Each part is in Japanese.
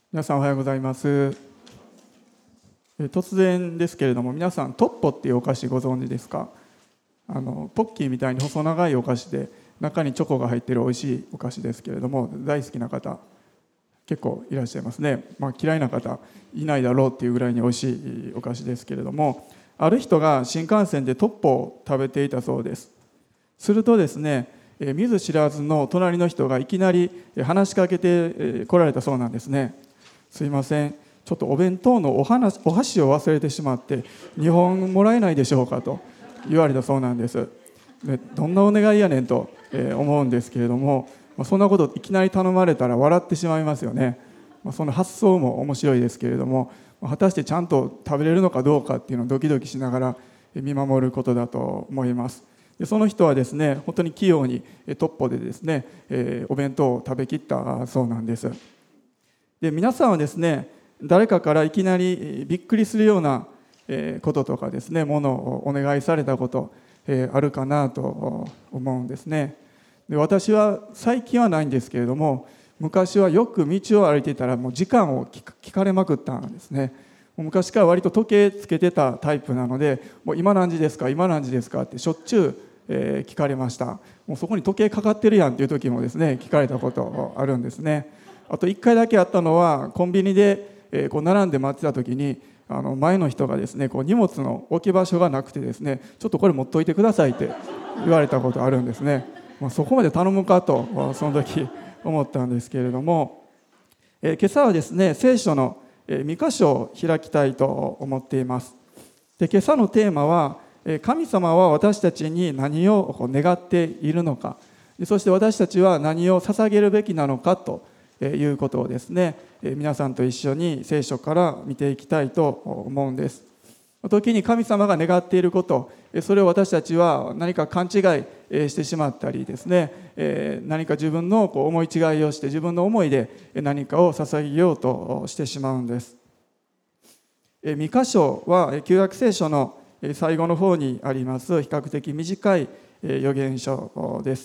皆さんおはようございます。突然ですけれども、皆さんトッポっていうお菓子ご存知ですか？ポッキーみたいに細長いお菓子で中にチョコが入っている美味しいお菓子ですけれども、大好きな方結構いらっしゃいますね。嫌いな方いないだろうっていうぐらいに美味しいお菓子ですけれども、ある人が新幹線でトッポを食べていたそうです。するとですね、見ず知らずの隣の人がいきなり話しかけて来られたそうなんですね。すいません、ちょっとお弁当のお箸を忘れてしまって2本もらえないでしょうかと言われたそうなんです。で、どんなお願いやねんと思うんですけれども、そんなこといきなり頼まれたら笑ってしまいますよね。その発想も面白いですけれども、果たしてちゃんと食べれるのかどうかっていうのをドキドキしながら見守ることだと思います。で、その人はですね、本当に器用にトッポでですね、お弁当を食べきったそうなんです。で、皆さんはですね、誰かからいきなりびっくりするようなこととかですね、ものをお願いされたことあるかなと思うんですね。で、私は最近はないんですけれども、昔はよく道を歩いていたらもう時間を聞かれまくったんですね。昔から割と時計つけてたタイプなので、もう今何時ですか今何時ですかってしょっちゅう聞かれました。もうそこに時計かかってるやんっていう時もですね、聞かれたことあるんですね。あと1回だけあったのは、コンビニでこう並んで待ってた時に前の人がですね、こう荷物の置き場所がなくてですね、ちょっとこれ持っといてくださいって言われたことあるんですね。そこまで頼むかとその時思ったんですけれども、今朝はですね、聖書の2箇所を開きたいと思っています。で、今朝のテーマは、神様は私たちに何を願っているのか、そして私たちは何を捧げるべきなのかということをですね、皆さんと一緒に聖書から見ていきたいと思うんです。時に神様が願っていること、それを私たちは何か勘違いしてしまったりですね、何か自分の思い違いをして自分の思いで何かを捧げようとしてしまうんです。2箇所は旧約聖書の最後の方にあります比較的短い預言書です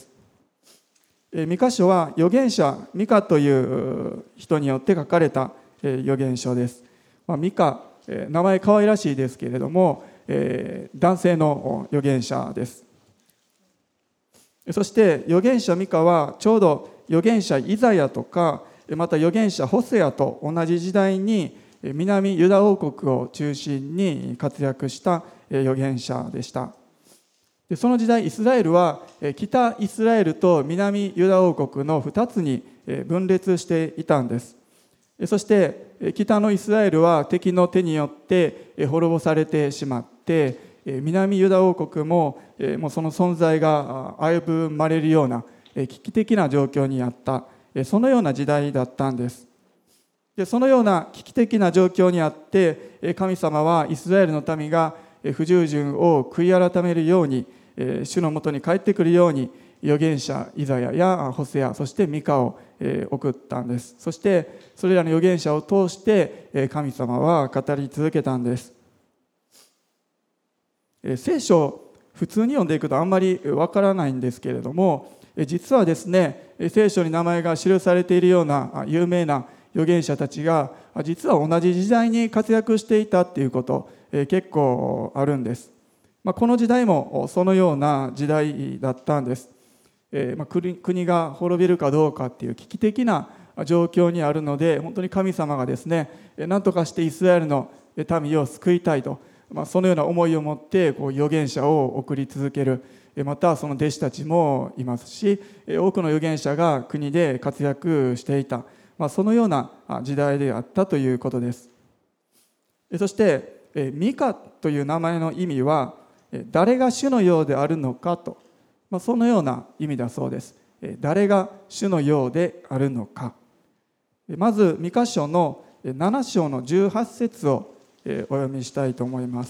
。2箇所は預言者ミカという人によって書かれた預言書です。ミカ、名前可愛らしいですけれども、男性の預言者です。そして預言者ミカはちょうど預言者イザヤとか、また預言者ホセアと同じ時代に南ユダ王国を中心に活躍した預言者でした。で、その時代イスラエルは北イスラエルと南ユダ王国の2つに分裂していたんです。そして北のイスラエルは敵の手によって滅ぼされてしまって、南ユダ王国ももうその存在が危ぶまれるような危機的な状況にあった、そのような時代だったんです。で、そのような危機的な状況にあって神様はイスラエルの民が不従順を悔い改めるように、主のもとに帰ってくるように預言者イザヤやホセア、そしてミカを送ったんです。そしてそれらの預言者を通して神様は語り続けたんです。聖書を普通に読んでいくとあんまりわからないんですけれども、実はですね、聖書に名前が記されているような有名な預言者たちが実は同じ時代に活躍していたっていうこと結構あるんです。この時代もそのような時代だったんです。国が滅びるかどうかっていう危機的な状況にあるので、本当に神様がですね、何とかしてイスラエルの民を救いたいと、そのような思いを持って預言者を送り続ける。またその弟子たちもいますし、多くの預言者が国で活躍していた、そのような時代であったということです。そしてミカという名前の意味は誰が主のようであるのかと、そのような意味だそうです。誰が主のようであるのか。まずミカ書の7章の18節をお読みしたいと思います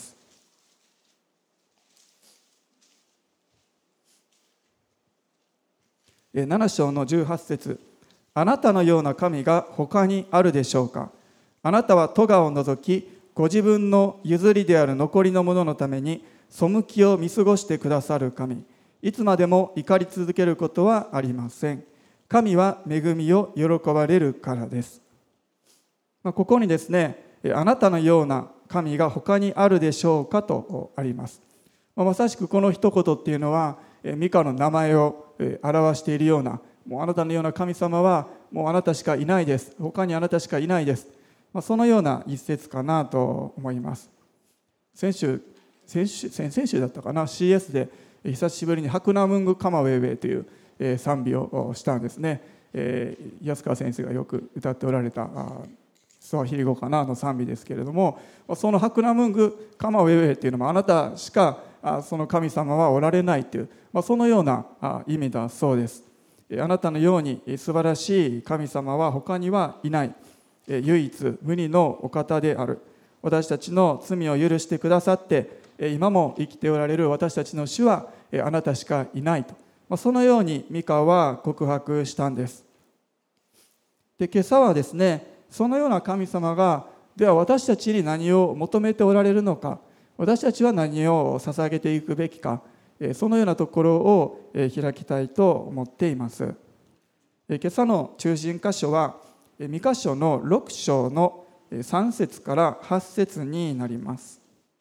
。7章の18節、あなたのような神が他にあるでしょうか。あなたは咎を除き、ご自分の譲りである残りのもののために背きを見過ごしてくださる神。いつまでも怒り続けることはありません。神は恵みを喜ばれるからです。 ここにですね、あなたのような神が他にあるでしょうかとあります。まさしくこの一言っていうのはミカの名前を表しているような、もうあなたのような神様はもうあなたしかいないです、他にあなたしかいないです、そのような一節かなと思います。先週だったかな、 CS で久しぶりにハクナムングカマウェイウェイという賛美をしたんですね。安川先生がよく歌っておられたスワヒリ語かなの賛美ですけれども、そのハクナムングカマウェイウェイっていうのもあなたしかその神様はおられないという、そのような意味だそうです。あなたのように素晴らしい神様は他にはいない、唯一無二のお方である。私たちの罪を許してくださって今も生きておられる私たちの主はあなたしかいないと、そのようにミカは告白したんです。で、今朝はですね、そのような神様がでは私たちに何を求めておられるのか、私たちは何を捧げていくべきか、そのようなところを開きたいと思っています。今朝の中心箇所はミカ書の6章の3節から8節になります。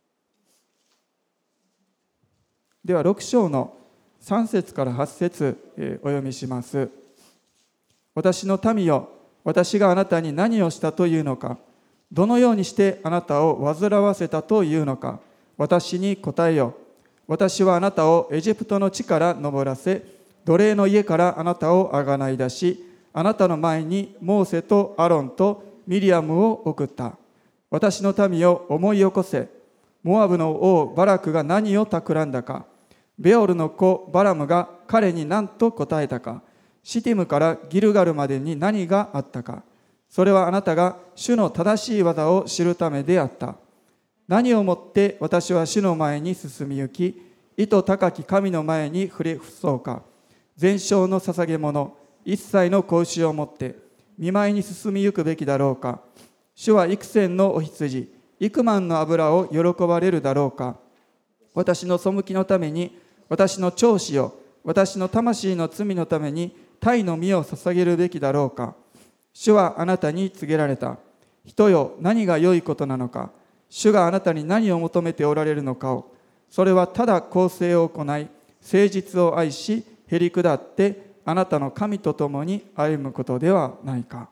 では6章の3節から8節お読みします。私の民よ、私があなたに何をしたというのか、どのようにしてあなたを煩わせたというのか、私に答えよ。私はあなたをエジプトの地から登らせ、奴隷の家からあなたをあがない出し、あなたの前にモーセとアロンとミリアムを送った。私の民を思い起こせ。モアブの王バラクが何を企んだか、ベオルの子バラムが彼に何と答えたか、シティムからギルガルまでに何があったか、それはあなたが主の正しい技を知るためであった。何をもって私は主の前に進み行き、意図高き神の前に触れ伏そうか。全焼の捧げ物、一切の子牛をもって見舞いに進み行くべきだろうか。主は幾千のお羊、幾万の油を喜ばれるだろうか。私の背きのために、私の長子よ、私の魂の罪のために鯛の身を捧げるべきだろうか。主はあなたに告げられた。人よ、何が良いことなのか。主があなたに何を求めておられるのかを。それはただ公正を行い、誠実を愛し、へり下ってあなたの神と共に歩むことではないか。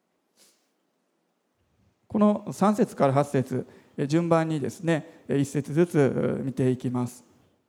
この3節から8節、順番にですね、1節ずつ見ていきます。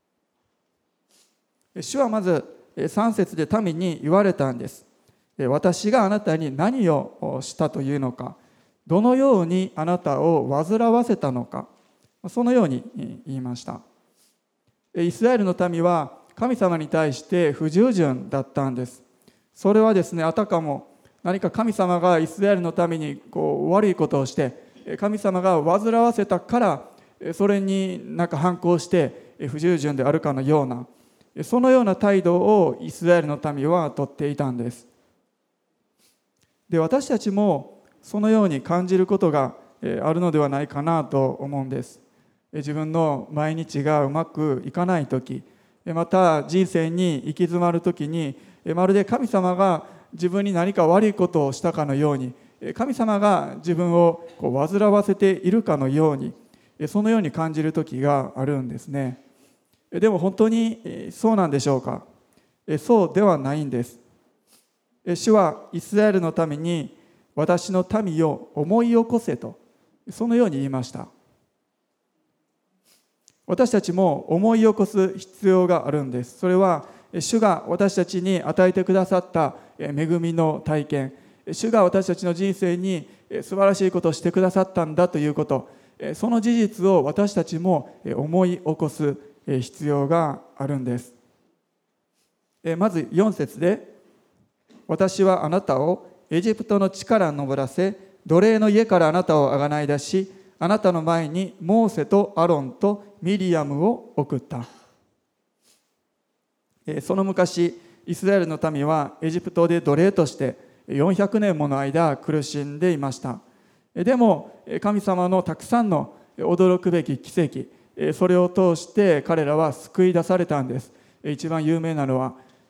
主はまず3節で民に言われたんです。私があなたに何をしたというのか、どのようにあなたを煩わせたのか、そのように言いました。イスラエルの民は神様に対して不従順だったんです。それはですね、あたかも何か神様がイスラエルのために悪いことをして、神様が煩わせたからそれになんか反抗して不従順であるかのような、そのような態度をイスラエルの民はとっていたんです。で、私たちもそのように感じることがあるのではないかなと思うんです。自分の毎日がうまくいかないとき、また人生に行き詰まるときに、まるで神様が自分に何か悪いことをしたかのように、神様が自分を煩わせているかのように、そのように感じるときがあるんですね。でも本当にそうなんでしょうか。そうではないんです。主はイスラエルのために、私の民を思い起こせと、そのように言いました。私たちも思い起こす必要があるんです。それは主が私たちに与えてくださった恵みの体験、主が私たちの人生に素晴らしいことをしてくださったんだということ、その事実を私たちも思い起こす必要があるんです。まず4節で、私はあなたをエジプトの地から登らせ、奴隷の家からあなたをあがない出し、あなたの前にモーセとアロンとミリアムを送った。その昔、イスラエルの民はエジプトで奴隷として400年もの間苦しんでいました。でも神様のたくさんの驚くべき奇跡、それを通して彼らは救い出されたんです。一番有名なのは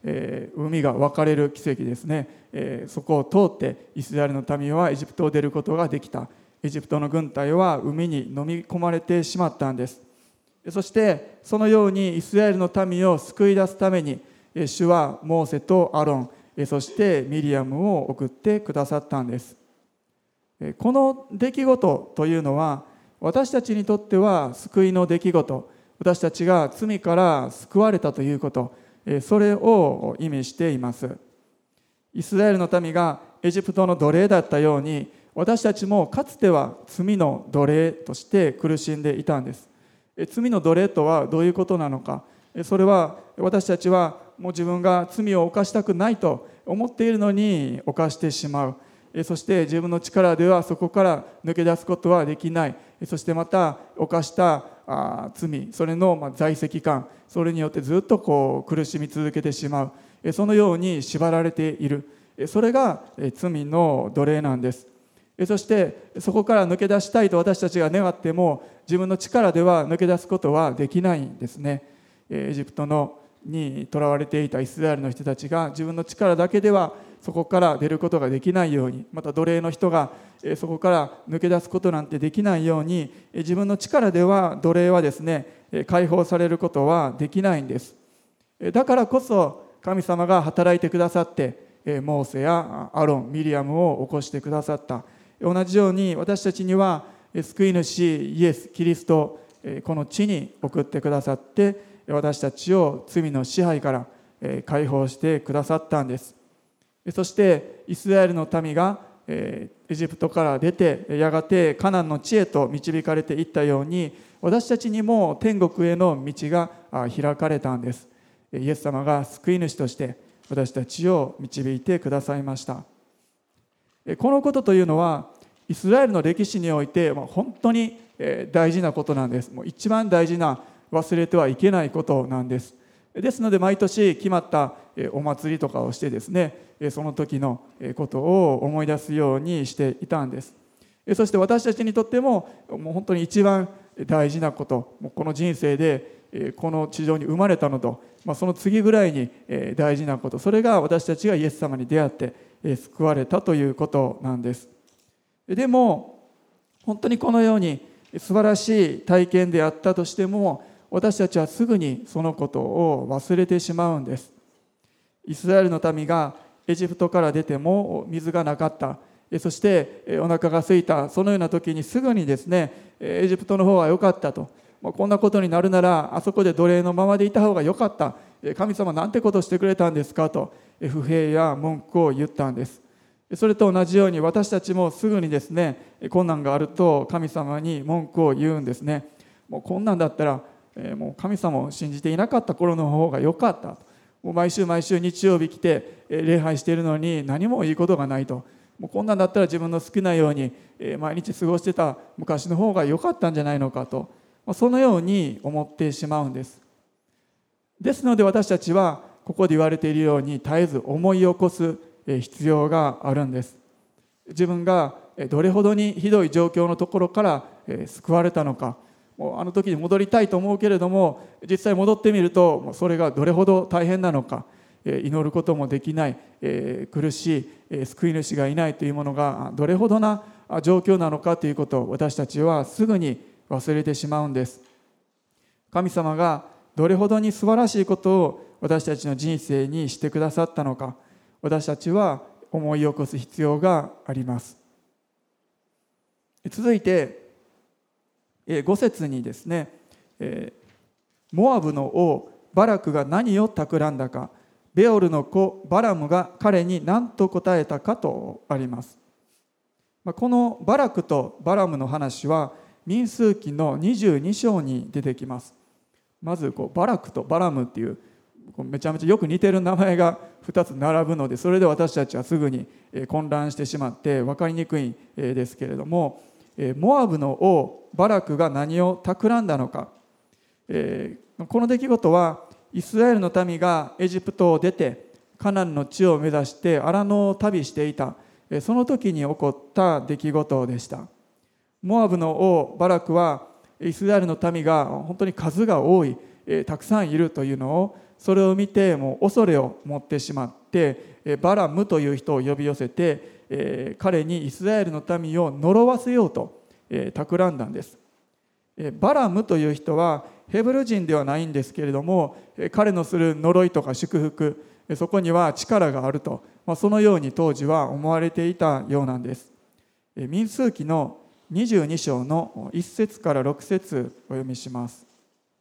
海が分かれる奇跡ですね。そこを通ってイスラエルの民はエジプトを出ることができた。エジプトの軍隊は海に飲み込まれてしまったんです。そしてそのようにイスラエルの民を救い出すために主はモーセとアロン、そしてミリアムを送ってくださったんです。この出来事というのは私たちにとっては救いの出来事、私たちが罪から救われたということ、それを意味しています。イスラエルの民がエジプトの奴隷だったように、私たちもかつては罪の奴隷として苦しんでいたんです。罪の奴隷とはどういうことなのか。それは私たちはもう自分が罪を犯したくないと思っているのに犯してしまう。そして自分の力ではそこから抜け出すことはできない。そしてまた犯した罪、それの在籍感、それによってずっと苦しみ続けてしまう。そのように縛られている。それが罪の奴隷なんです。そしてそこから抜け出したいと私たちが願っても自分の力では抜け出すことはできないんですね。エジプトに囚われていたイスラエルの人たちが自分の力だけではそこから出ることができないように、また奴隷の人がそこから抜け出すことなんてできないように、自分の力では奴隷はですね解放されることはできないんです。だからこそ神様が働いてくださってモーセやアロン、ミリアムを起こしてくださった。同じように私たちには救い主イエス・キリスト、この地に送ってくださって私たちを罪の支配から解放してくださったんです。そしてイスラエルの民がエジプトから出てやがてカナンの地へと導かれていったように、私たちにも天国への道が開かれたんです。イエス様が救い主として私たちを導いてくださいました。このことというのはイスラエルの歴史において本当に大事なことなんです。もう一番大事な、忘れてはいけないことなんです。ですので毎年決まったお祭りとかをしてですね、その時のことを思い出すようにしていたんです。そして私たちにとってももう本当に一番大事なこと、この人生でこの地上に生まれたのと、その次ぐらいに大事なこと、それが私たちがイエス様に出会って救われたということなんです。でも本当にこのように素晴らしい体験であったとしても、私たちはすぐにそのことを忘れてしまうんです。イスラエルの民がエジプトから出ても水がなかった、そしてお腹が空いた、そのような時にすぐにですねエジプトの方が良かったと、こんなことになるならあそこで奴隷のままでいた方が良かった、神様なんてことしてくれたんですかと不平や文句を言ったんです。それと同じように私たちもすぐにですね困難があると神様に文句を言うんですね。もうこんなんだったらもう神様を信じていなかった頃の方が良かった。もう毎週日曜日来て礼拝しているのに何もいいことがないと。もうこんなんだったら自分の好きなように毎日過ごしてた昔の方が良かったんじゃないのかと、そのように思ってしまうんです。ですので私たちはここで言われているように絶えず思い起こす必要があるんです。自分がどれほどにひどい状況のところから救われたのか、もうあの時に戻りたいと思うけれども実際戻ってみるとそれがどれほど大変なのか、祈ることもできない、苦しい救い主がいないというものがどれほどな状況なのかということを私たちはすぐに忘れてしまうんです。神様がどれほどに素晴らしいことを私たちの人生にしてくださったのか、私たちは思い起こす必要があります。続いて5節にですね、モアブの王バラクが何を企んだか、ベオルの子バラムが彼に何と答えたかとあります。このバラクとバラムの話は民数記の22章に出てきます。まずバラクとバラムっていうめちゃめちゃよく似てる名前が2つ並ぶので、それで私たちはすぐに混乱してしまって分かりにくいんですけれども、モアブの王バラクが何を企んだのか、この出来事はイスラエルの民がエジプトを出てカナンの地を目指して荒野を旅していた、その時に起こった出来事でした。モアブの王バラクはイスラエルの民が本当に数が多い、たくさんいるというのをそれを見てもう恐れを持ってしまって、バラムという人を呼び寄せて、彼にイスラエルの民を呪わせようと、企んだんです。バラムという人はヘブル人ではないんですけれども、彼のする呪いとか祝福、そこには力があると、そのように当時は思われていたようなんです。民数記の22章の1節から6節お読みします。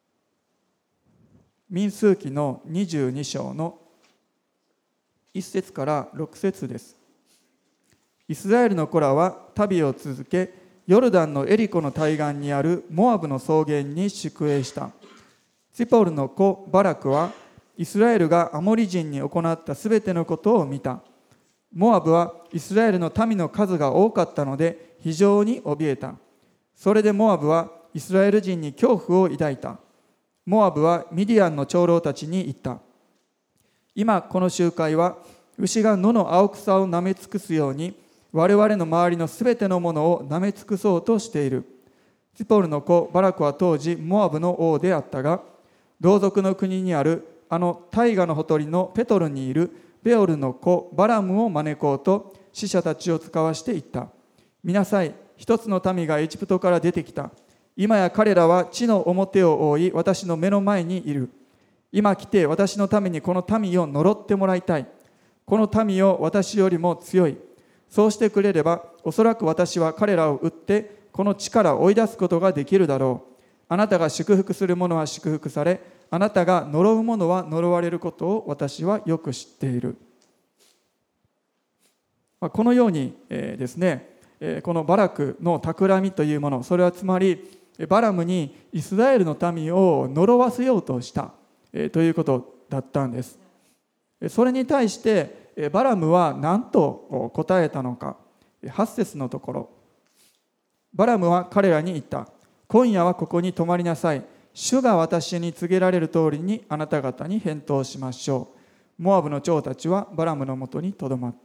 民数記の22章の1節から6節です。イスラエルの子らは旅を続け、ヨルダンのエリコの対岸にあるモアブの草原に宿営した。ツィポルの子バラクはイスラエルがアモリ人に行ったすべてのことを見た。モアブはイスラエルの民の数が多かったので非常に怯えた。それでモアブはイスラエル人に恐怖を抱いた。モアブはミディアンの長老たちに言った。今この集会は牛が野の青草を舐め尽くすように我々の周りのすべてのものを舐め尽くそうとしている。ツィポルの子バラクは当時モアブの王であったが、同族の国にあるあの大河のほとりのペトルにいるベオルの子バラムを招こうと使者たちを使わしていった。見なさい、一つの民がエジプトから出てきた。今や彼らは地の表を覆い私の目の前にいる。今来て私のためにこの民を呪ってもらいたい。この民を私よりも強い。そうしてくれればおそらく私は彼らを撃ってこの地から追い出すことができるだろう。あなたが祝福する者は祝福され、あなたが呪う者は呪われることを私はよく知っている。このようにですね、このバラクの企みというもの、それはつまりバラムにイスラエルの民を呪わせようとしたということだったんです。それに対してバラムは何と答えたのか。8節のところ、バラムは彼らに言った。今夜はここに泊まりなさい。主が私に告げられる通りにあなた方に返答しましょう。モアブの長たちはバラムのもとにとどまった。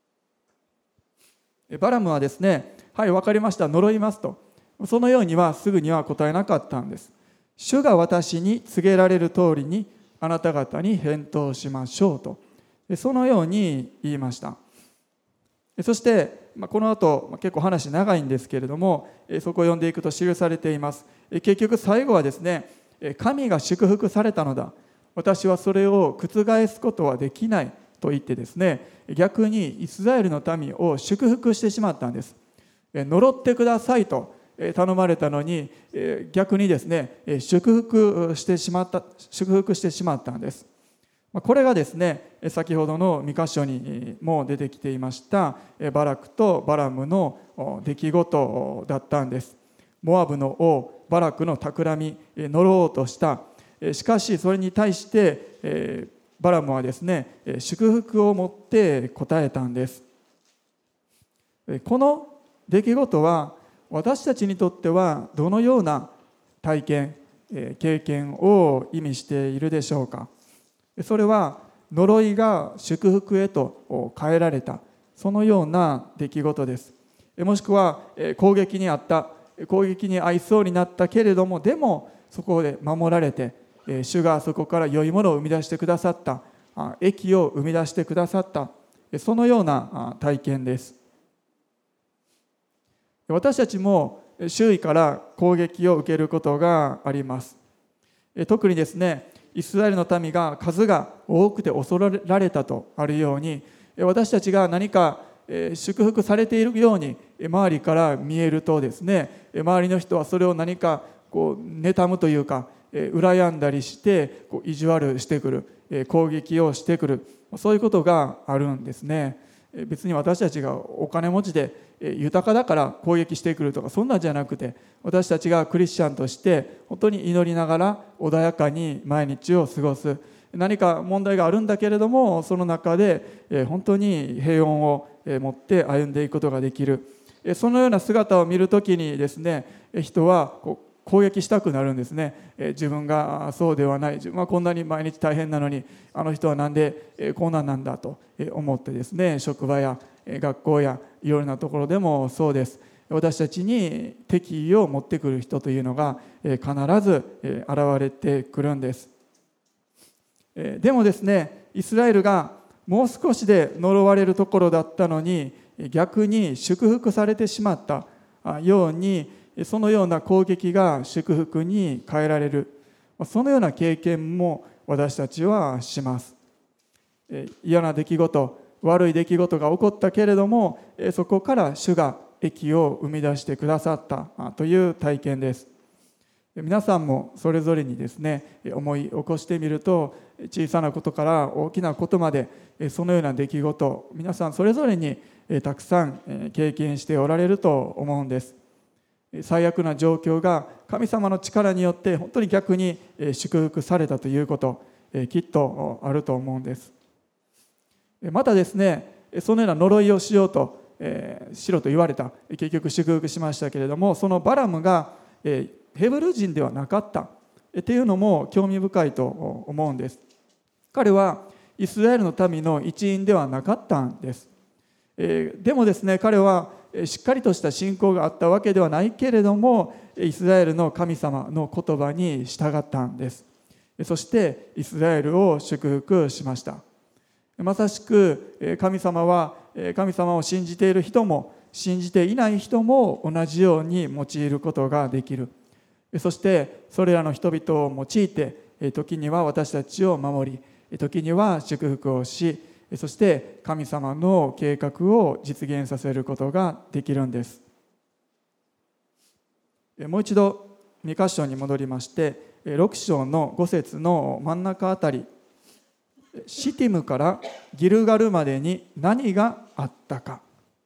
バラムはですね、はい、分かりました、呪いますと、そのようにはすぐには答えなかったんです。主が私に告げられる通りにあなた方に返答しましょうと、そのように言いました。そしてこの後結構話長いんですけれども、そこを読んでいくと記されています。結局最後はですね、神が祝福されたのだ、私はそれを覆すことはできないと言ってですね、逆にイスラエルの民を祝福してしまったんです。呪ってくださいと頼まれたのに、逆にですね祝福してしまったんです。これがですね、先ほどの2箇所にも出てきていましたバラクとバラムの出来事だったんです。モアブの王バラクの企み、呪おうとした。しかしそれに対してバラムはですね、祝福を持って答えたんです。この出来事は私たちにとってはどのような体験、経験を意味しているでしょうか。それは呪いが祝福へと変えられた、そのような出来事です。もしくは攻撃に遭いそうになったけれども、でもそこで守られて、主がそこから良いものを生み出してくださった、益を生み出してくださった、そのような体験です。私たちも周囲から攻撃を受けることがあります。特にですね、イスラエルの民が数が多くて恐れられたとあるように、私たちが何か祝福されているように周りから見えるとですね、周りの人はそれを何か妬むというか、羨んだりして意地悪してくる、攻撃をしてくる、そういうことがあるんですね。別に私たちがお金持ちで豊かだから攻撃してくるとか、そんなんじゃなくて、私たちがクリスチャンとして本当に祈りながら穏やかに毎日を過ごす。何か問題があるんだけれども、その中で本当に平穏を持って歩んでいくことができる。そのような姿を見るときにですね、人は攻撃したくなるんですね。自分がそうではない、自分はこんなに毎日大変なのに、あの人はなんでこんなんだと思ってですね、職場や学校やいろいろなところでもそうです。私たちに敵意を持ってくる人というのが必ず現れてくるんです。 でもですね、イスラエルがもう少しで呪われるところだったのに逆に祝福されてしまったように、そのような攻撃が祝福に変えられる、そのような経験も私たちはします。嫌な出来事、悪い出来事が起こったけれども、そこから主が益を生み出してくださったという体験です。皆さんもそれぞれにですね、思い起こしてみると、小さなことから大きなことまで、そのような出来事、皆さんそれぞれにたくさん経験しておられると思うんです。最悪な状況が神様の力によって本当に逆に祝福されたということ、きっとあると思うんです。またですね、そのような呪いをしようとしろと言われた、結局祝福しましたけれども、そのバラムがヘブル人ではなかったっていうのも興味深いと思うんです。彼はイスラエルの民の一員ではなかったんです。でもですね、彼はしっかりとした信仰があったわけではないけれども、イスラエルの神様の言葉に従ったんです。そしてイスラエルを祝福しました。まさしく神様は神様を信じている人も信じていない人も同じように用いることができる。そしてそれらの人々を用いて時には私たちを守り、時には祝福をし、そして神様の計画を実現させることができるんです。もう一度2箇所に戻りまして、6章の5節の真ん中あたり、シティムからギルガルまでに何があったか。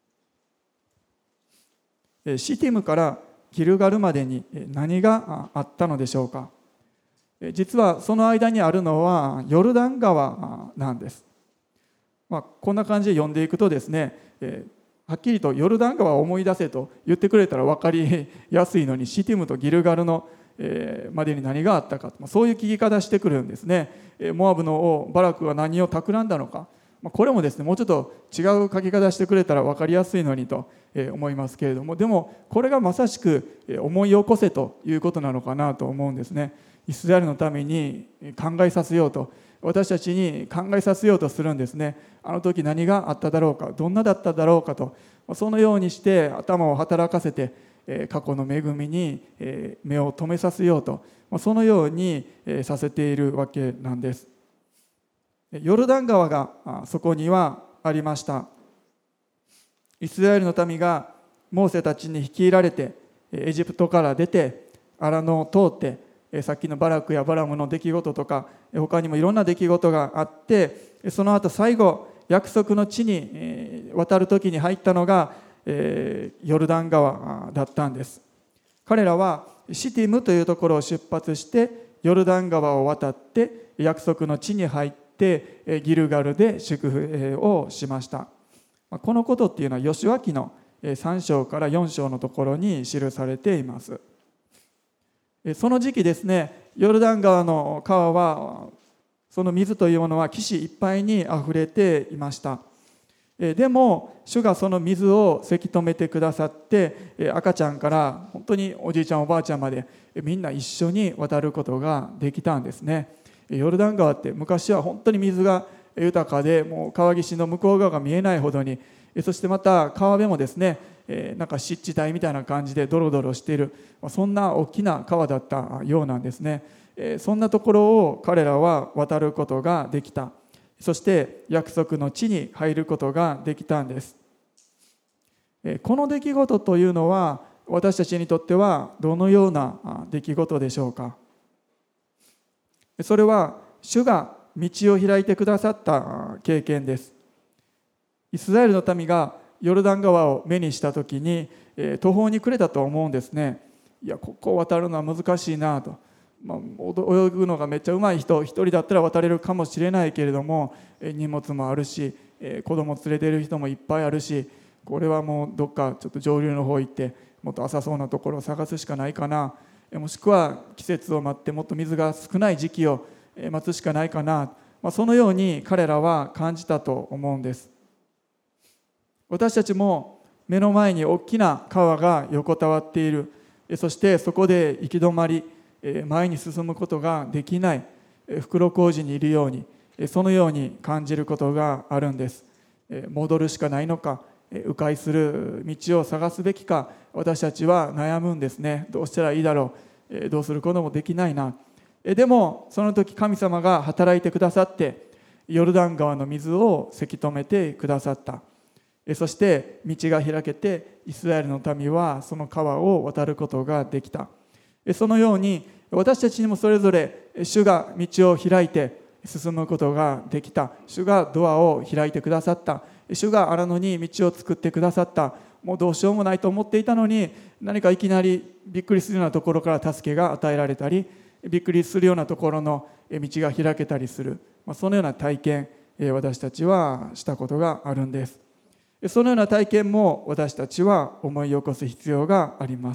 シティムからギルガルまでに何があったのでしょうか。実はその間にあるのはヨルダン川なんです。こんな感じで読んでいくとですね、はっきりとヨルダン川を思い出せと言ってくれたら分かりやすいのに、シティムとギルガルのまでに何があったか、そういう聞き方してくるんですね。モアブの王バラクは何を企んだのか、これもですね、もうちょっと違う書き方してくれたら分かりやすいのにと思いますけれども、でもこれがまさしく思い起こせということなのかなと思うんですね。イスラエルのために考えさせようと、私たちに考えさせようとするんですね。あの時何があっただろうか、どんなだっただろうかと、そのようにして頭を働かせて過去の恵みに目を留めさせようと、そのようにさせているわけなんです。ヨルダン川がそこにはありました。イスラエルの民がモーセたちに率いられてエジプトから出て荒野を通って、さっきのバラクやバラムの出来事とか他にもいろんな出来事があって、その後最後約束の地に渡る時に入ったのがヨルダン川だったんです。彼らはシティムというところを出発してヨルダン川を渡って約束の地に入ってギルガルで祝福をしました。このことっていうのはヨシュア記の3章から4章のところに記されています。その時期ですね、ヨルダン川の川はその水というものは岸いっぱいにあふれていました。でも主がその水をせき止めてくださって、赤ちゃんから本当におじいちゃんおばあちゃんまでみんな一緒に渡ることができたんですね。ヨルダン川って昔は本当に水が豊かで、もう川岸の向こう側が見えないほどに、そしてまた川辺もですね、なんか湿地帯みたいな感じでドロドロしている、そんな大きな川だったようなんですね。そんなところを彼らは渡ることができた。そして約束の地に入ることができたんです。この出来事というのは私たちにとってはどのような出来事でしょうか。それは主が道を開いてくださった経験です。イスラエルの民がヨルダン川を目にしたときに途方に暮れたと思うんですね。いや、ここを渡るのは難しいなと、泳ぐのがめっちゃ上手い人一人だったら渡れるかもしれないけれども、荷物もあるし子供連れてる人もいっぱいあるし、これはもうどっかちょっと上流の方行ってもっと浅そうなところを探すしかないかな、もしくは季節を待ってもっと水が少ない時期を待つしかないかな、そのように彼らは感じたと思うんです。私たちも目の前に大きな川が横たわっている、そしてそこで行き止まり前に進むことができない、 袋小路にいるように、そのように感じることがあるんです。戻るしかないのか、迂回する道を探すべきか、私たちは悩むんですね。どうしたらいいだろう、どうすることもできないな。でもその時神様が働いてくださって、ヨルダン川の水をせき止めてくださった。そして道が開けて、イスラエルの民はその川を渡ることができた。そのように私たちにもそれぞれ主が道を開いて進むことができた。主がドアを開いてくださった。主が荒野に道を作ってくださった。もうどうしようもないと思っていたのに、何かいきなりびっくりするようなところから助けが与えられたり、びっくりするようなところの道が開けたりする、そのような体験、私たちはしたことがあるんです。そのような体験も私たちは思い起こす必要があります。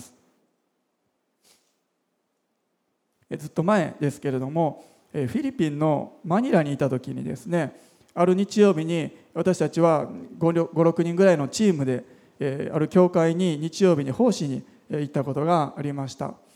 ずっと前ですけれども、フィリピンのマニラにいた時にですね、ある日曜日に私たちは5、6人ぐらいのチームである教会に日曜日に奉仕に行ったことがありました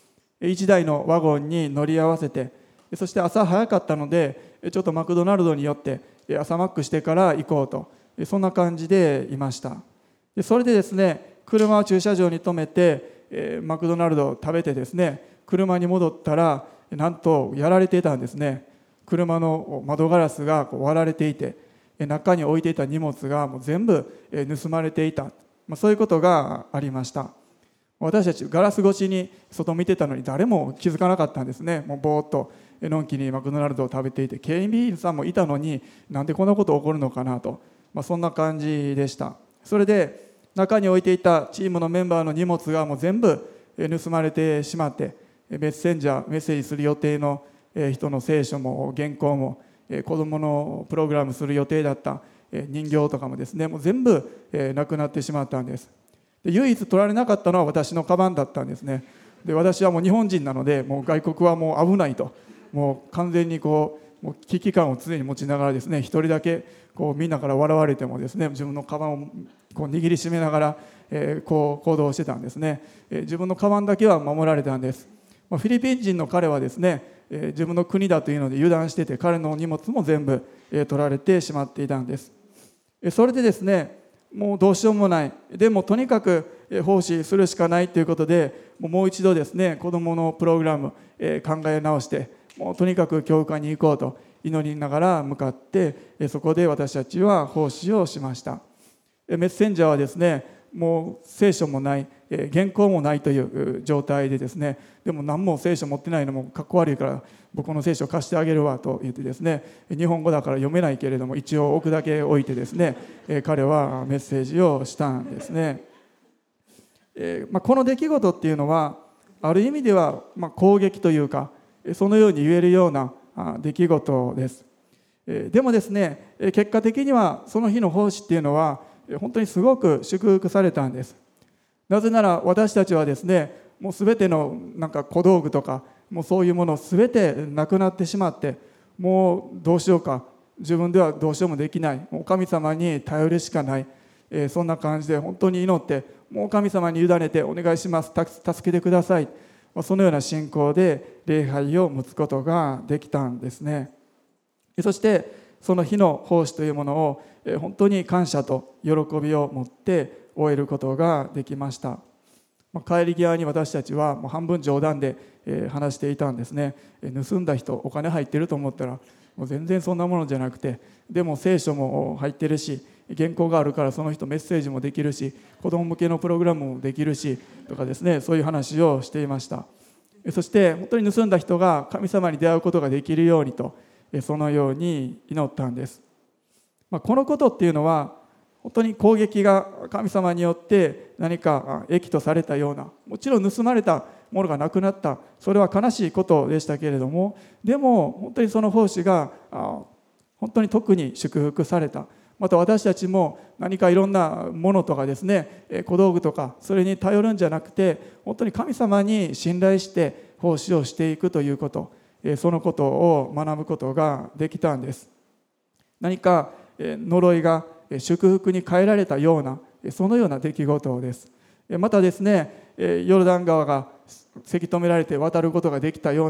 。1台のワゴンに乗り合わせて、そして朝早かったのでちょっとマクドナルドに寄って朝マックしてから行こうと、そんな感じでいました。それでですね、車を駐車場に止めてマクドナルドを食べてですね、車に戻ったらなんとやられていたんですね。車の窓ガラスが割られていて、中に置いていた荷物がもう全部盗まれていた、そういうことがありました。私たちガラス越しに外見てたのに誰も気づかなかったんですね。もうぼーっとのんきにマクドナルドを食べていて、警備員さんもいたのになんでこんなこと起こるのかなと、そんな感じでした。それで中に置いていたチームのメンバーの荷物がもう全部盗まれてしまって、メッセージする予定の人の聖書も原稿も子どものプログラムする予定だった人形とかもですね、もう全部なくなってしまったんです。で唯一取られなかったのは私のカバンだったんですね。で私はもう日本人なので、もう外国はもう危ないと、もう完全にもう危機感を常に持ちながらですね、一人だけみんなから笑われてもですね、自分のカバンを握りしめながら行動してたんですね。自分のカバンだけは守られたんです。フィリピン人の彼はですね、自分の国だというので油断してて、彼の荷物も全部取られてしまっていたんです。それでですね、もうどうしようもない、でもとにかく奉仕するしかないということで、もう一度ですね、子どものプログラム考え直して、もうとにかく教会に行こうと祈りながら向かって、そこで私たちは奉仕をしました。メッセンジャーはですね、もう聖書もない、原稿もないという状態でですね、でも何も聖書持ってないのもかっこ悪いから僕の聖書貸してあげるわと言ってですね、日本語だから読めないけれども一応置くだけ置いてですね、彼はメッセージをしたんですね。この出来事っていうのはある意味では攻撃というか、そのように言えるような出来事です。でもですね、結果的にはその日の奉仕っていうのは本当にすごく祝福されたんです。なぜなら私たちはですね、もうすべての小道具とかもうそういうものすべてなくなってしまって、もうどうしようか、自分ではどうしようもできない、もう神様に頼るしかない、そんな感じで本当に祈って、もう神様に委ねてお願いします、助けてください、そのような信仰で礼拝を持つことができたんですね。そしてその日の奉仕というものを本当に感謝と喜びを持って終えることができました。帰り際に私たちはもう半分冗談で話していたんですね。盗んだ人お金入ってると思ったらもう全然そんなものじゃなくて、でも聖書も入ってるし原稿があるからその人メッセージもできるし子供向けのプログラムもできるしとかですね、そういう話をしていました。そして本当に盗んだ人が神様に出会うことができるようにと、そのように祈ったんです。このことっていうのは本当に攻撃が神様によって何か益とされたような、もちろん盗まれたものがなくなった、それは悲しいことでしたけれども、でも本当にその奉仕が本当に特に祝福された。また私たちも何かいろんなものとかですね、小道具とかそれに頼るんじゃなくて、本当に神様に信頼して奉仕をしていくということ、そのことを学ぶことができたんです。何か呪いが祝福に変えられたような、そのような出来事です。またですね、ヨルダン川がせき止められて渡ることができたような、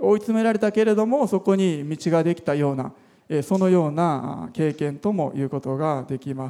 追い詰められたけれどもそこに道ができたような、そのような経験とも言うことができます。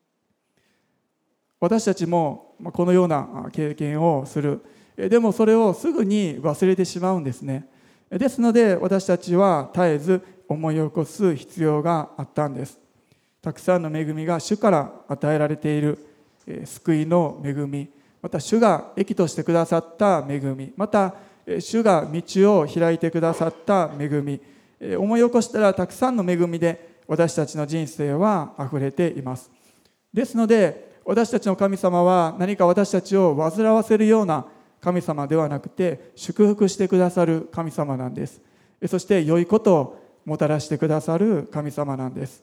私たちもこのような経験をする。でもそれをすぐに忘れてしまうんですね。ですので私たちは絶えず思い起こす必要があったんです。たくさんの恵みが主から与えられている救いの恵み、また主が益としてくださった恵み、また主が道を開いてくださった恵み、思い起こしたらたくさんの恵みで私たちの人生はあふれています。ですので私たちの神様は何か私たちを煩わせるような神様ではなくて祝福してくださる神様なんです。そして良いことをもたらしてくださる神様なんです。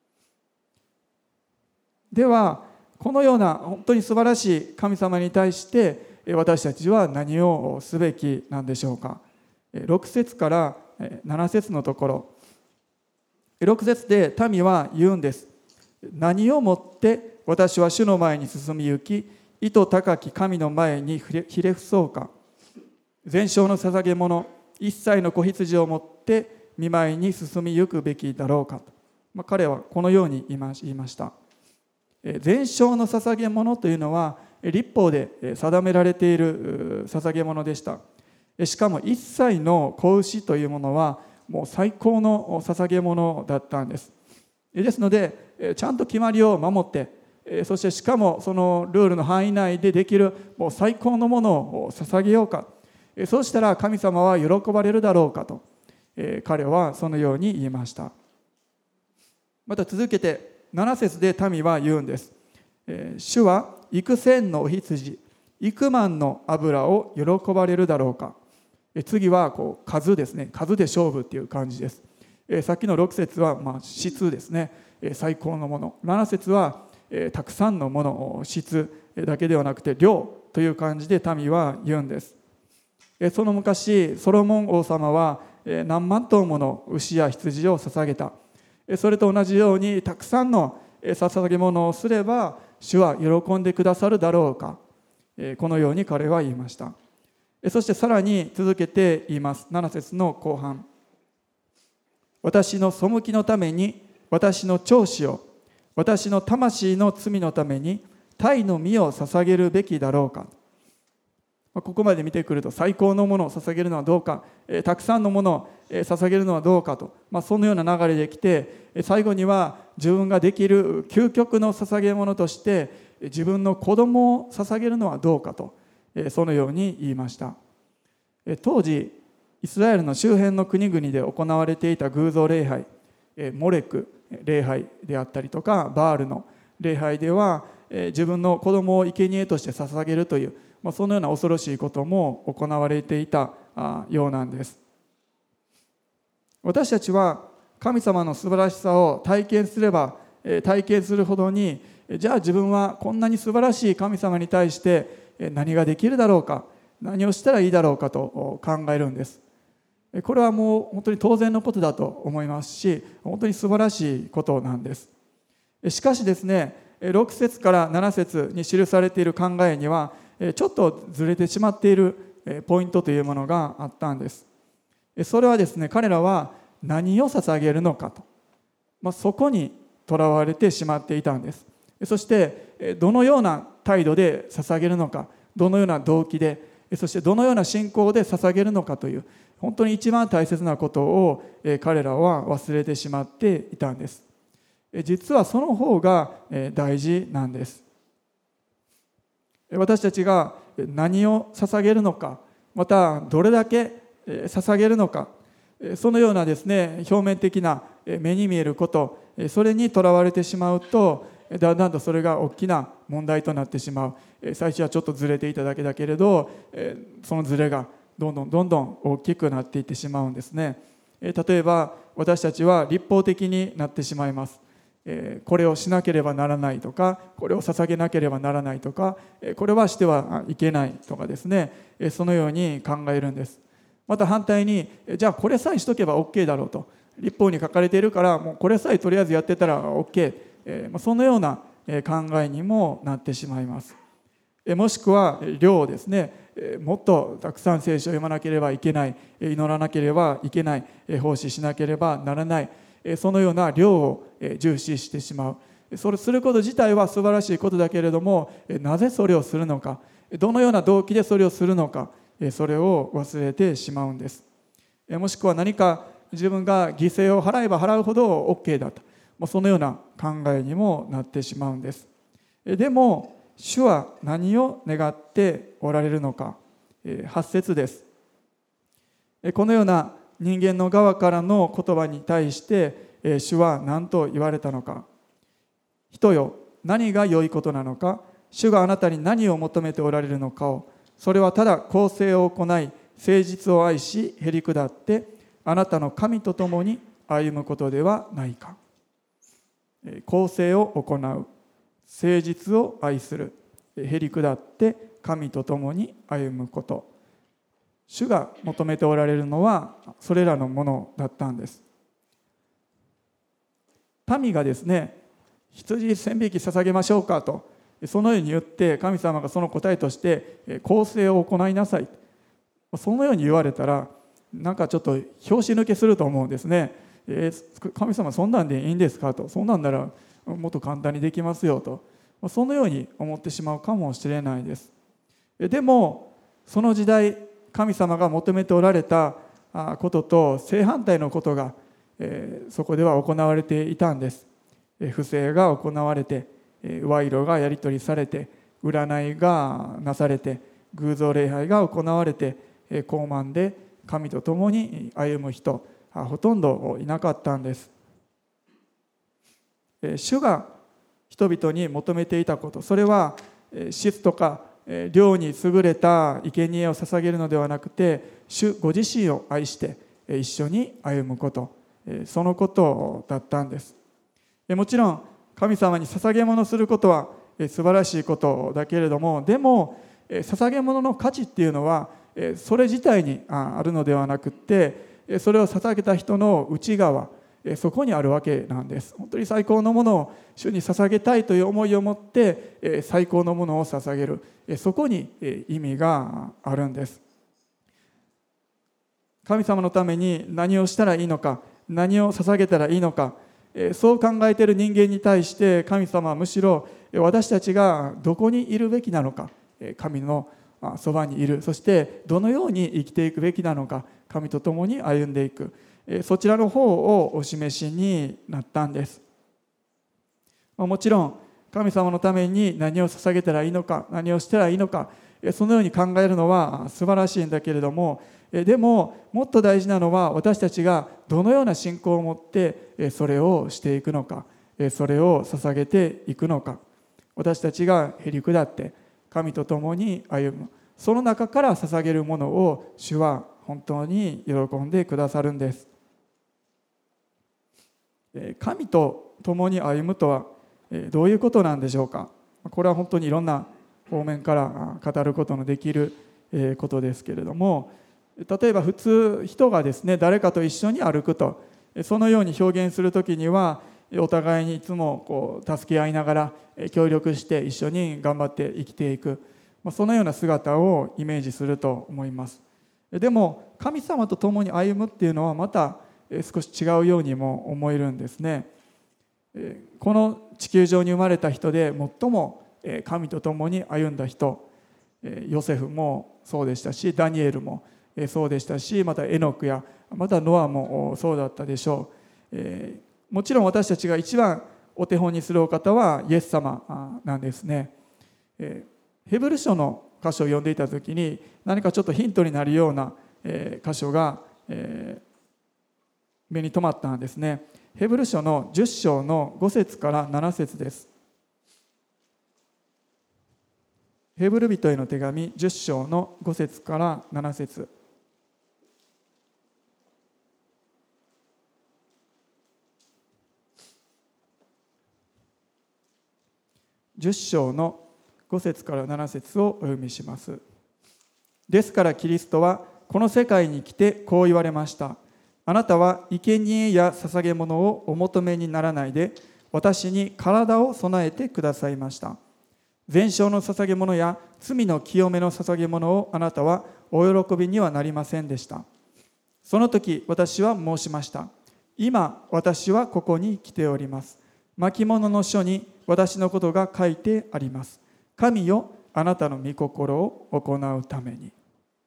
ではこのような本当に素晴らしい神様に対して私たちは何をすべきなんでしょうか。6節から7節のところ、6節で民は言うんです。何をもって私は主の前に進み行き、意図高き神の前にひれ伏そうか。全焼の捧げ物、一切の子羊をもって御前に進み行くべきだろうかと、彼はこのように言いました。全焼の捧げ物というのは律法で定められている捧げ物でした。しかも一切の子牛というものはもう最高の捧げ物だったんです。ですのでちゃんと決まりを守って、そしてしかもそのルールの範囲内でできるもう最高のものを捧げようか、そうしたら神様は喜ばれるだろうかと、彼はそのように言いました。また続けて7節で民は言うんです。主は幾千のお羊、幾万の油を喜ばれるだろうか。次は数ですね。数で勝負っていう感じです。さっきの6節は質ですね。最高のもの。7節はたくさんのもの、質だけではなくて量という感じで民は言うんです。その昔ソロモン王様は何万頭もの牛や羊を捧げた。それと同じようにたくさんの捧げ物をすれば主は喜んでくださるだろうか。このように彼は言いました。そしてさらに続けて言います。7節の後半。私の背きのために私の長子を、私の魂の罪のために鯛の身を捧げるべきだろうか。ここまで見てくると最高のものを捧げるのはどうか、たくさんのものを捧げるのはどうかと、そのような流れできて、最後には自分ができる究極の捧げ物として自分の子供を捧げるのはどうかと、そのように言いました。当時イスラエルの周辺の国々で行われていた偶像礼拝、モレク礼拝であったりとかバールの礼拝では、自分の子供を生贄として捧げるという、そのような恐ろしいことも行われていたようなんです。私たちは神様の素晴らしさを体験すれば体験するほどに、じゃあ自分はこんなに素晴らしい神様に対して何ができるだろうか、何をしたらいいだろうかと考えるんです。これはもう本当に当然のことだと思いますし、本当に素晴らしいことなんです。しかしですね、6節から7節に記されている考えにはちょっとずれてしまっているポイントというものがあったんです。それはですね、彼らは何を捧げるのかと、そこにとらわれてしまっていたんです。そしてどのような態度で捧げるのか、どのような動機で、そしてどのような信仰で捧げるのかという本当に一番大切なことを彼らは忘れてしまっていたんです。実はその方が大事なんです。私たちが何を捧げるのか、またどれだけ捧げるのか、そのようなですね、表面的な目に見えること、それにとらわれてしまうと、だんだんとそれが大きな問題となってしまう。最初はちょっとずれていただけだけれど、そのずれがどんどん大きくなっていってしまうんですね。例えば私たちは立法的になってしまいます。これをしなければならないとか、これを捧げなければならないとか、これはしてはいけないとかですね、そのように考えるんです。また反対に、じゃあこれさえしとけば OK だろうと、立法に書かれているからもうこれさえとりあえずやってたら OK、そのような考えにもなってしまいます。 もしくは量ですね。もっとたくさん聖書を読まなければいけない、祈らなければいけない、奉仕しなければならない、そのような量を重視してしまう。それすること自体は素晴らしいことだけれども、なぜそれをするのか、どのような動機でそれをするのか、それを忘れてしまうんです。もしくは何か自分が犠牲を払えば払うほど OK だと、そのような考えにもなってしまうんです。でも主は何を願っておられるのか。8節です。このような人間の側からの言葉に対して主は何と言われたのか。人よ、何が良いことなのか、主があなたに何を求めておられるのかを、それはただ公正を行い、誠実を愛し、へり下ってあなたの神と共に歩むことではないか。公正を行う、誠実を愛する、へり下って神と共に歩むこと。主が求めておられるのはそれらのものだったんです。民がですね、羊1000匹捧げましょうかと、そのように言って神様がその答えとして公正を行いなさい、そのように言われたらなんかちょっと拍子抜けすると思うんですね。神様そんなんでいいんですかと、そんなんならもっと簡単にできますよと、そのように思ってしまうかもしれないです。でもその時代神様が求めておられたことと正反対のことがそこでは行われていたんです。不正が行われて、賄賂がやり取りされて、占いがなされて、偶像礼拝が行われて、高慢で神と共に歩む人ほとんどいなかったんです。主が人々に求めていたこと、それは質とか量に優れた生贄を捧げるのではなくて、主ご自身を愛して一緒に歩むこと、そのことだったんです。もちろん神様に捧げ物することは素晴らしいことだけれども、でも捧げ物の価値っていうのはそれ自体にあるのではなくって、それを捧げた人の内側、そこにあるわけなんです。本当に最高のものを主に捧げたいという思いを持って最高のものを捧げる、そこに意味があるんです。神様のために何をしたらいいのか、何を捧げたらいいのか、そう考えている人間に対して神様はむしろ私たちがどこにいるべきなのか、神のそばにいる、そしてどのように生きていくべきなのか、神と共に歩んでいく、そちらの方をお示しになったんです。もちろん神様のために何を捧げたらいいのか、何をしたらいいのか、そのように考えるのは素晴らしいんだけれども、でももっと大事なのは私たちがどのような信仰を持ってそれをしていくのか、それを捧げていくのか。私たちがへり下って神と共に歩む、その中から捧げるものを主は本当に喜んでくださるんです。神と共に歩むとはどういうことなんでしょうか。これは本当にいろんな方面から語ることのできることですけれども、例えば普通人がですね、誰かと一緒に歩くと、そのように表現するときにはお互いにいつも助け合いながら協力して一緒に頑張って生きていく、そのような姿をイメージすると思います。でも神様と共に歩むっていうのはまた少し違うようにも思えるんですね。この地球上に生まれた人で最も神と共に歩んだ人、ヨセフもそうでしたし、ダニエルもそうでしたし、またエノクやまたノアもそうだったでしょう。もちろん私たちが一番お手本にするお方はイエス様なんですね。ヘブル書の箇所を読んでいたときに何かちょっとヒントになるような箇所が目に留まったんですね。ヘブル書の10章の5節から7節です。ヘブル人への手紙10章の5節から7節。10章の5節から7節をお読みします。ですからキリストはこの世界に来てこう言われました。あなたは生贄や捧げ物をお求めにならないで、私に体を備えてくださいました。 全焼の捧げ物や罪の清めの捧げ物をあなたはお喜びにはなりませんでした。その時私は申しました。今私はここに来ております。巻物の書に私のことが書いてあります。神よ、あなたの御心を行うために。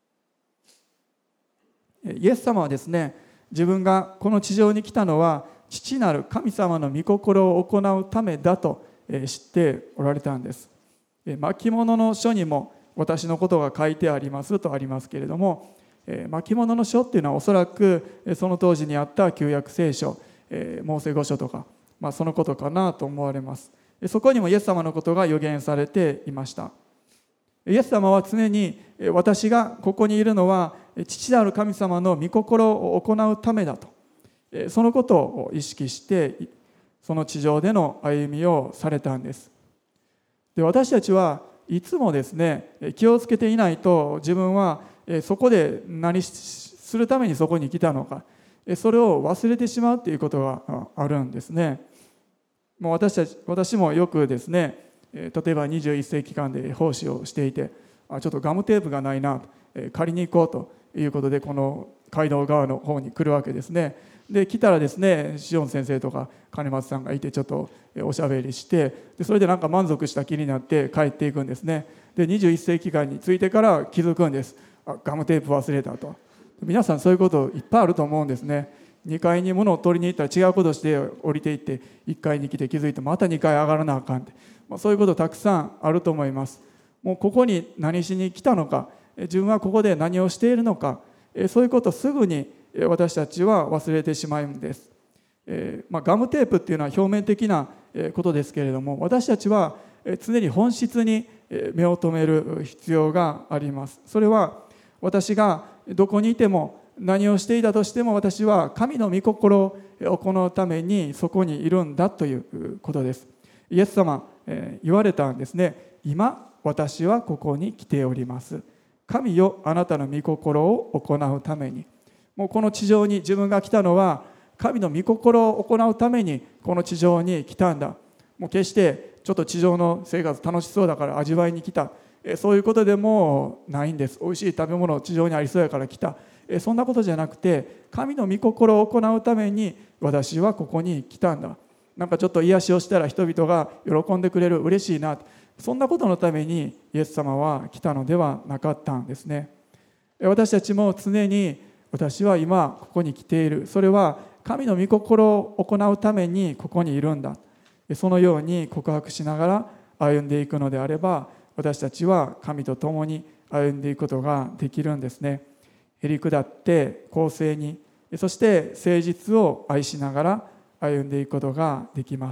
イエス様はですね、自分がこの地上に来たのは父なる神様の御心を行うためだと知っておられたんです。巻物の書にも私のことが書いてありますとありますけれども、巻物の書っていうのはおそらくその当時にあった旧約聖書、モーセ五書とか、そのことかなと思われます。そこにもイエス様のことが予言されていました。イエス様は常に私がここにいるのは父なる神様の御心を行うためだと、そのことを意識してその地上での歩みをされたんです。で、私たちはいつもですね、気をつけていないと自分はそこで何するためにそこに来たのか、それを忘れてしまうということがあるんですね。もう私もよくですね、例えば21世紀間で奉仕をしていて、ちょっとガムテープがないな、借りに行こうということでこの街道側の方に来るわけですね。で来たらですね、シオン先生とか金松さんがいてちょっとおしゃべりして、でそれでなんか満足した気になって帰っていくんですね。で21世紀間についてから気づくんです。ガムテープ忘れたと。皆さんそういうこといっぱいあると思うんですね。2階に物を取りに行ったら違うことして降りていって1階に来て気づいてまた2階上がらなあかんって、そういうことたくさんあると思います。もうここに何しに来たのか、自分はここで何をしているのか、そういうことをすぐに私たちは忘れてしまうんです。ガムテープっていうのは表面的なことですけれども、私たちは常に本質に目を留める必要があります。それは私がどこにいても何をしていたとしても私は神の御心を行うためにそこにいるんだということです。イエス様言われたんですね。今私はここに来ております。神よ、あなたの御心を行うために。もうこの地上に自分が来たのは神の御心を行うためにこの地上に来たんだ。もう決してちょっと地上の生活楽しそうだから味わいに来た、そういうことでもないんです。美味しい食べ物地上にありそうやから来た、そんなことじゃなくて、神の御心を行うために私はここに来たんだ。なんかちょっと癒しをしたら人々が喜んでくれる、嬉しいな、そんなことのためにイエス様は来たのではなかったんですね。私たちも常に私は今ここに来ている、それは神の御心を行うためにここにいるんだ、そのように告白しながら歩んでいくのであれば、私たちは神と共に歩んでいくことができるんですね。へり下って公正に、そして誠実を愛しながら歩んでいくことができます。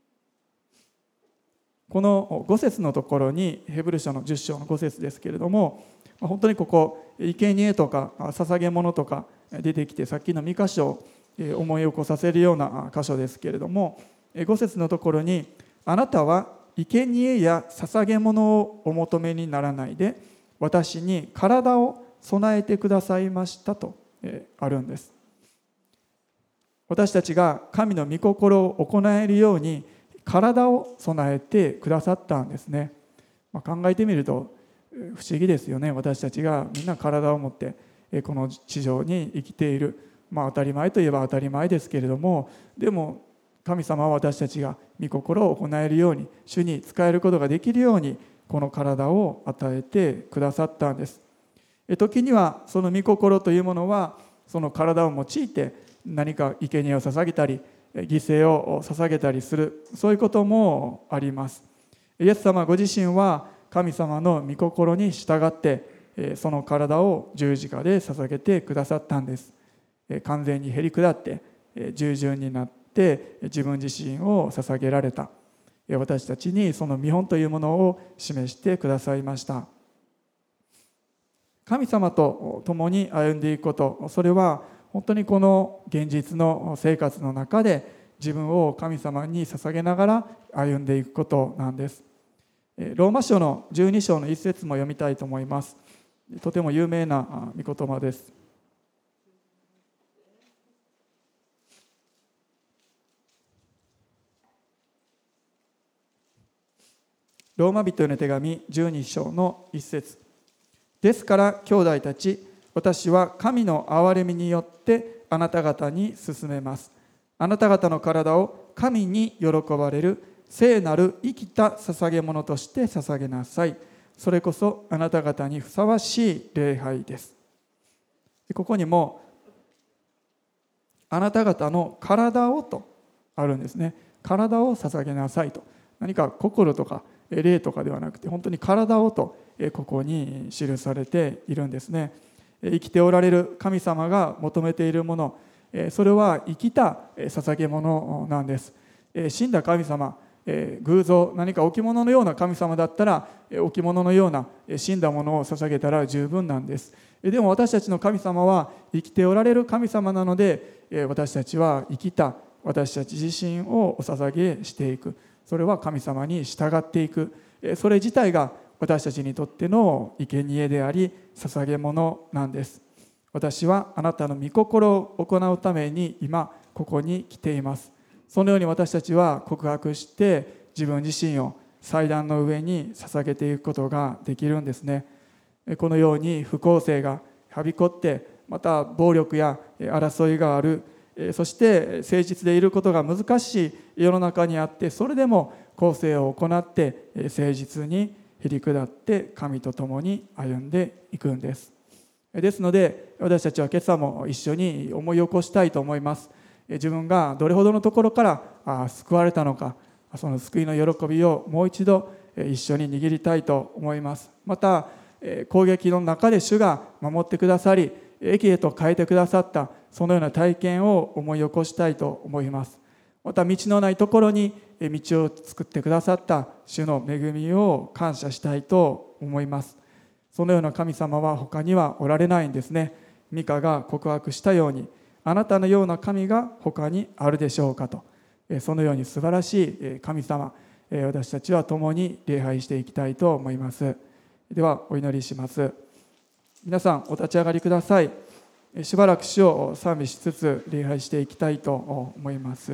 この5節のところに、ヘブル書の10章の5節ですけれども、本当にここ生贄とか捧げ物とか出てきて、さっきの2箇所を思い起こさせるような箇所ですけれども、5節のところに、あなたは生贄や捧げ物をお求めにならないで私に体を備えてくださいましたとあるんです。私たちが神の御心を行えるように体を備えてくださったんですね。考えてみると不思議ですよね。私たちがみんな体を持ってこの地上に生きている、当たり前といえば当たり前ですけれども、でも神様は私たちが御心を行えるように、主に仕えることができるようにこの体を与えてくださったんです。時にはその御心というものはその体を用いて何か生贄を捧げたり犠牲を捧げたりする、そういうこともあります。イエス様ご自身は神様の御心に従ってその体を十字架で捧げてくださったんです。完全にへり下って従順になって自分自身を捧げられた。私たちにその見本というものを示してくださいました。神様と共に歩んでいくこと、それは本当にこの現実の生活の中で自分を神様に捧げながら歩んでいくことなんです。ローマ書の12章の一節も読みたいと思います。とても有名な御言葉です。 ローマ人への手紙12章の1節。ですから兄弟たち、私は神の憐れみによってあなた方に勧めます。あなた方の体を神に喜ばれる聖なる生きた捧げ物として捧げなさい。それこそあなた方にふさわしい礼拝です。ここにもあなた方の体をとあるんですね。体を捧げなさいと。何か心とか霊とかではなくて、本当に体をとここに記されているんですね。生きておられる神様が求めているもの、それは生きた捧げ物なんです。死んだ神様、偶像、何か置物のような神様だったら置物のような死んだものを捧げたら十分なんです。でも私たちの神様は生きておられる神様なので、私たちは生きた私たち自身をお捧げしていく。それは神様に従っていく。それ自体が私たちにとっての生贄であり捧げ物なんです。私はあなたの御心を行うために今ここに来ています。そのように私たちは告白して自分自身を祭壇の上に捧げていくことができるんですね。このように不公正がはびこって、また暴力や争いがある、そして誠実でいることが難しい世の中にあって、それでも公正を行って誠実にへり下って神と共に歩んでいくんです。ですので私たちは今朝も一緒に思い起こしたいと思います。自分がどれほどのところから救われたのか、その救いの喜びをもう一度一緒に握りたいと思います。また攻撃の中で主が守ってくださり益へと変えてくださったそのような体験を思い起こしたいと思います。また道のないところに道を作ってくださった主の恵みを感謝したいと思います。そのような神様は他にはおられないんですね。ミカが告白したように、あなたのような神が他にあるでしょうかと。そのように素晴らしい神様、私たちは共に礼拝していきたいと思います。ではお祈りします。皆さんお立ち上がりください。しばらく主を賛美しつつ礼拝していきたいと思います。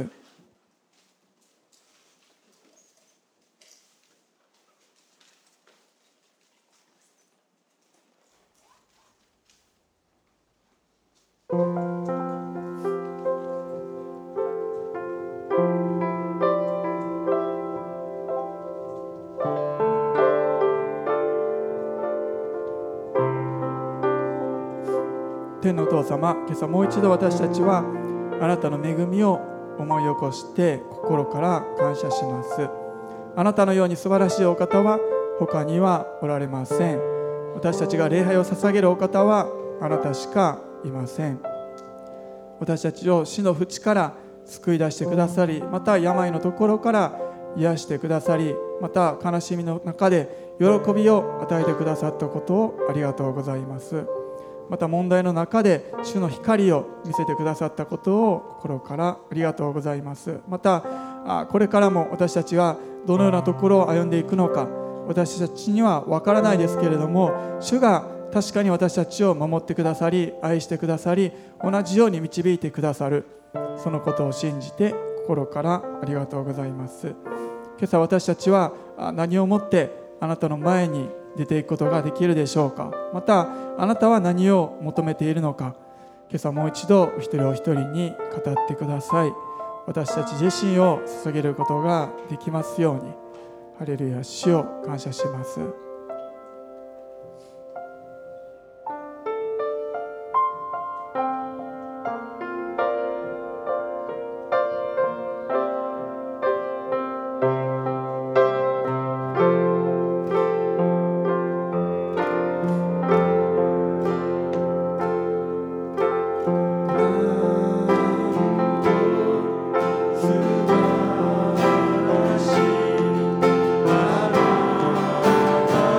天のお父様、今朝もう一度私たちはあなたの恵みを思い起こして心から感謝します。あなたのように素晴らしいお方は他にはおられません。私たちが礼拝を捧げるお方はあなたしかいません。私たちを死の淵から救い出してくださり、また病のところから癒してくださり、また悲しみの中で喜びを与えてくださったことをありがとうございます。また問題の中で主の光を見せてくださったことを心からありがとうございます。またこれからも私たちはどのようなところを歩んでいくのか、私たちには分からないですけれども、主が確かに私たちを守ってくださり愛してくださり、同じように導いてくださる、そのことを信じて心からありがとうございます。今朝私たちは何をもってあなたの前に出ていくことができるでしょうか。またあなたは何を求めているのか、今朝もう一度お一人お一人に語ってください。私たち自身を捧げることができますように。ハレルヤ、主を感謝します。 素晴らしい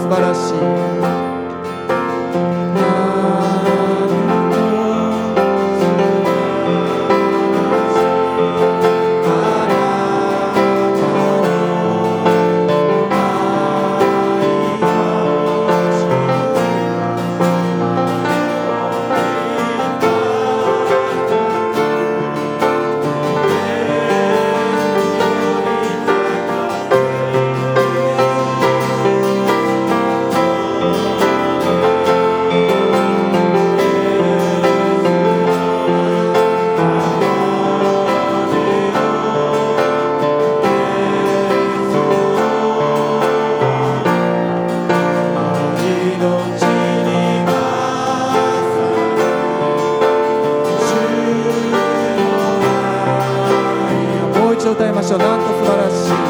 晴らしい。歌いましょう。なんと素晴らしい。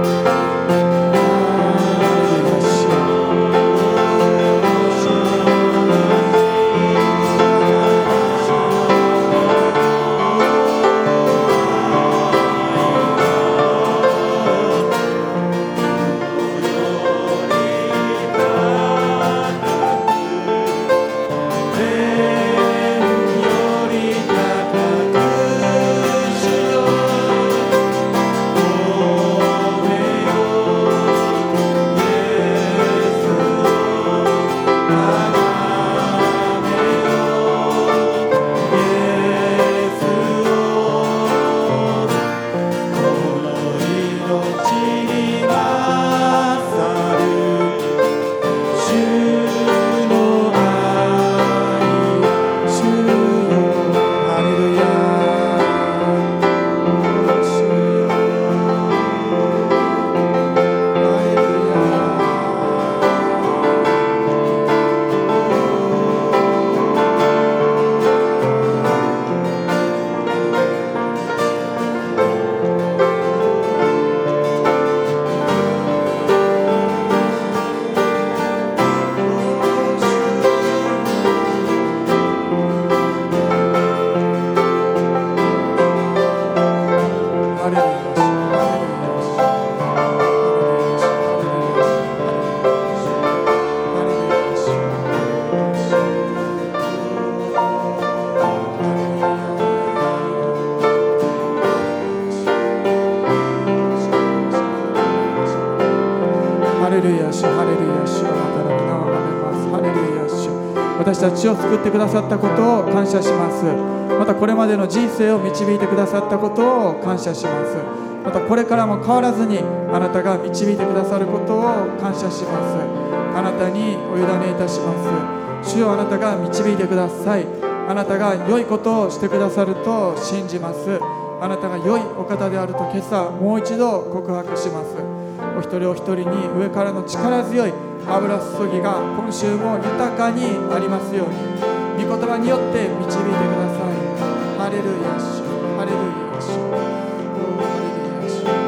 私たちを救ってくださったことを感謝します。またこれまでの人生を導いてくださったことを感謝します。またこれからも変わらずにあなたが導いてくださることを感謝します。あなたにお委ねいたします。主よ、あなたが導いてください。あなたが良いことをしてくださると信じます。あなたが良いお方であると今朝もう一度告白します。お一人お一人に上からの力強い油注ぎが今週も豊かにありますように、御言葉によって導いてください。ハレルヤ主、ハレルヤ主、ハレルヤ主。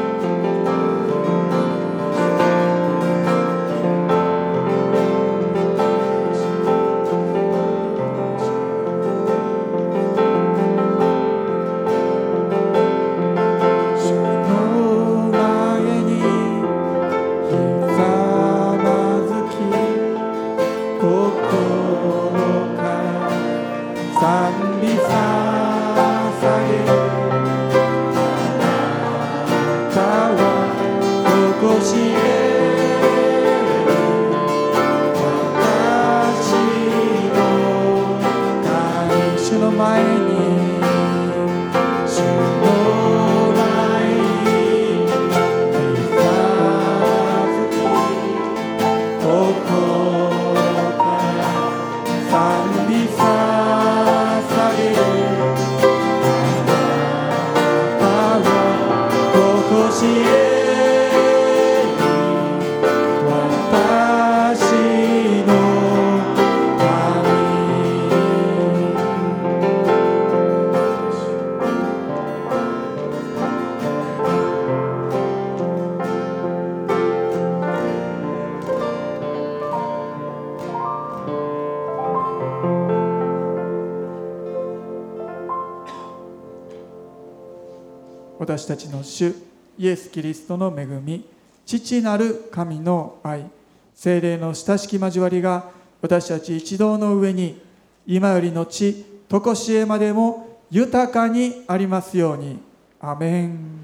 私たちの主イエス・キリストの恵み、父なる神の愛、 聖霊の親しき交わりが私たち一同の上に今よりのちとこしえまでも豊かにありますように。アメン。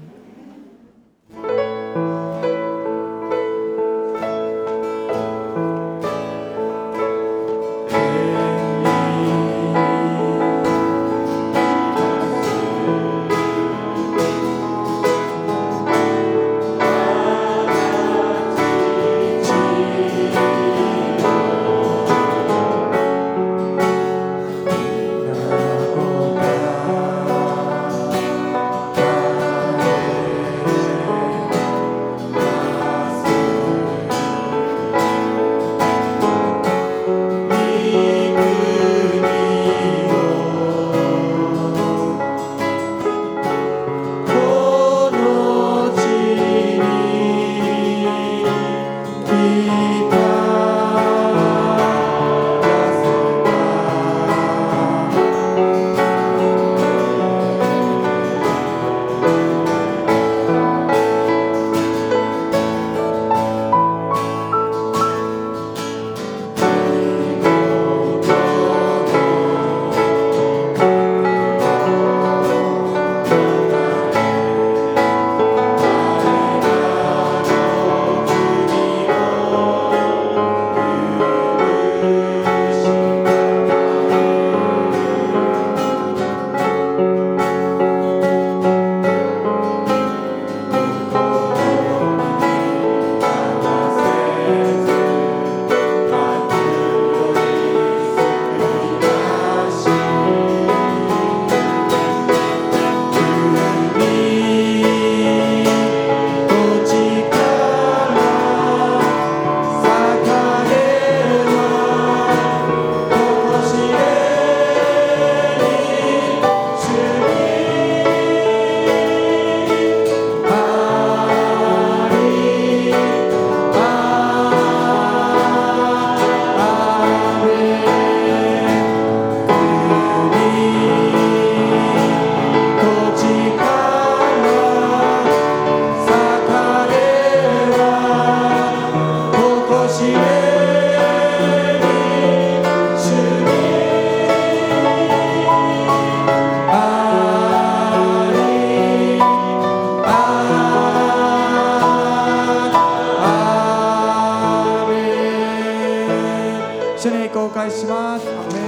主に公開します。アーメン。